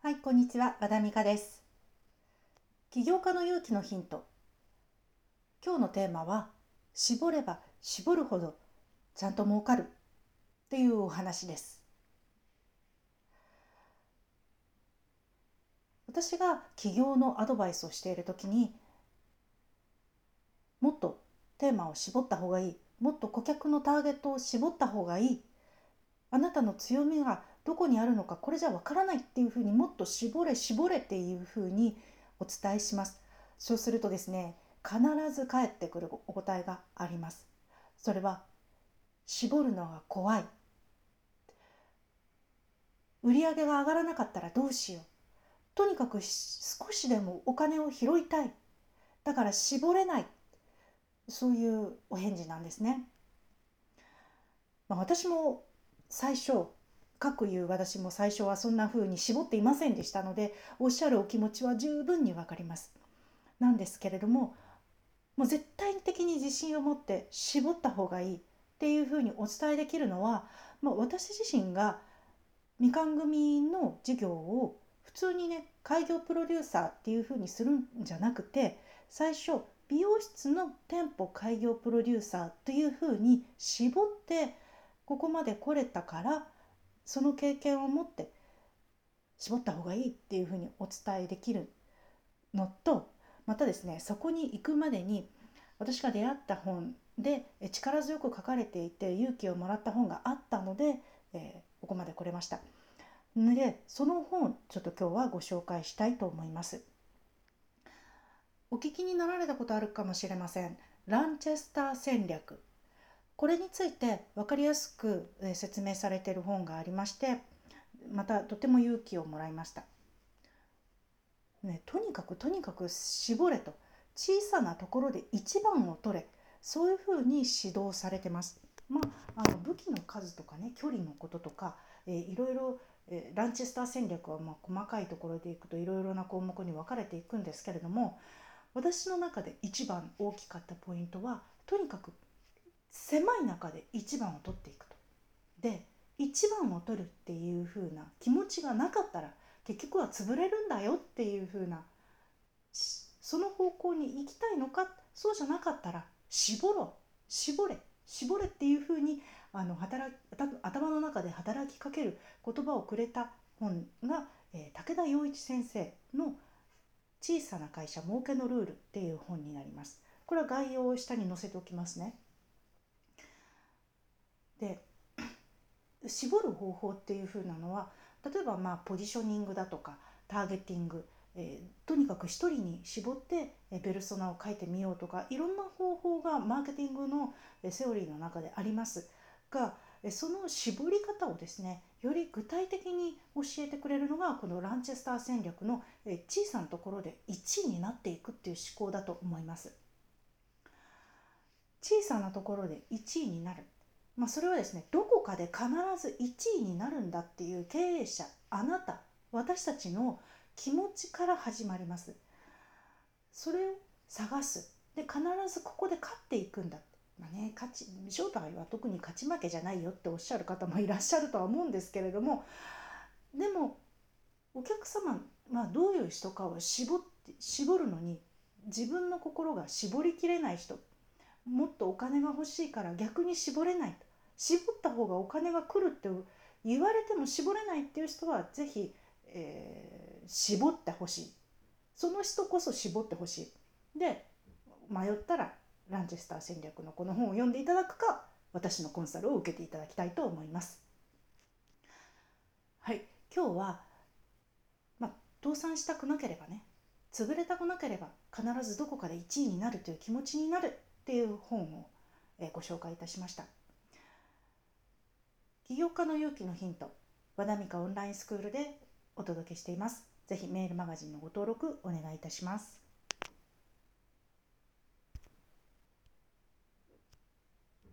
はい、こんにちは。和田美香です。起業家の勇気のヒント。今日のテーマは、絞れば絞るほどちゃんと儲かるっていうお話です。私が起業のアドバイスをしているときに、もっとテーマを絞った方がいい。もっと顧客のターゲットを絞った方がいい。あなたの強みがどこにあるのか、これじゃわからないっていうふうにもっと絞れ絞れっていうふうにお伝えします。そうするとですね、必ず返ってくるお答えがあります。それは、絞るのが怖い。売り上げが上がらなかったらどうしよう。とにかく少しでもお金を拾いたい。だから絞れない。そういうお返事なんですね。私も最初、各言う私も最初はそんな風に絞っていませんでしたので、おっしゃるお気持ちは十分にわかります。なんですけれども、もう絶対的に自信を持って絞った方がいいっていう風にお伝えできるのは、私自身がみかん組の事業を普通にね、開業プロデューサーっていう風にするんじゃなくて、最初美容室の店舗開業プロデューサーという風に絞ってここまで来れたから、その経験を持って絞った方がいいっていう風にお伝えできるのと、またですね、そこに行くまでに私が出会った本で力強く書かれていて勇気をもらった本があったので、ここまで来れました。で、その本ちょっと今日はご紹介したいと思います。お聞きになられたことあるかもしれません。ランチェスター戦略。これについて分かりやすく説明されている本がありまして、またとても勇気をもらいました。ね、とにかく絞れと、小さなところで一番を取れ、そういうふうに指導されてます。武器の数とかね、距離のこととか、いろいろ、ランチェスター戦略は細かいところでいくといろいろな項目に分かれていくんですけれども、私の中で一番大きかったポイントは、とにかく狭い中で一番を取っていくと。で、一番を取るっていう風な気持ちがなかったら結局は潰れるんだよっていう風な、その方向に行きたいのか、そうじゃなかったら絞ろう、絞れ絞れっていう風に頭の中で働きかける言葉をくれた本が、武田洋一先生の小さな会社儲けのルールっていう本になります。これは概要を下に載せておきますね。で、絞る方法っていう風なのは、例えばポジショニングだとかターゲティング、とにかく一人に絞ってペルソナを書いてみようとか、いろんな方法がマーケティングのセオリーの中でありますが、その絞り方をですね、より具体的に教えてくれるのがこのランチェスター戦略の小さなところで1位になっていくっていう思考だと思います。小さなところで1位になる、それはですね、どこかで必ず1位になるんだっていう経営者、あなた、私たちの気持ちから始まります。それを探す。で、必ずここで勝っていくんだ。商売は特に勝ち負けじゃないよっておっしゃる方もいらっしゃるとは思うんですけれども、でもお客様、どういう人かを絞るのに自分の心が絞りきれない人、もっとお金が欲しいから逆に絞れないと、絞った方がお金が来るって言われても絞れないっていう人はぜひ、絞ってほしい。その人こそ絞ってほしい。で、迷ったらランチェスター戦略のこの本を読んでいただくか、私のコンサルを受けていただきたいと思います。はい、今日は、倒産したくなければね、潰れたくなければ必ずどこかで1位になるという気持ちになるっていう本をご紹介いたしました。起業家の勇気のヒント、和田美香オンラインスクールでお届けしています。ぜひメールマガジンのご登録お願いいたします。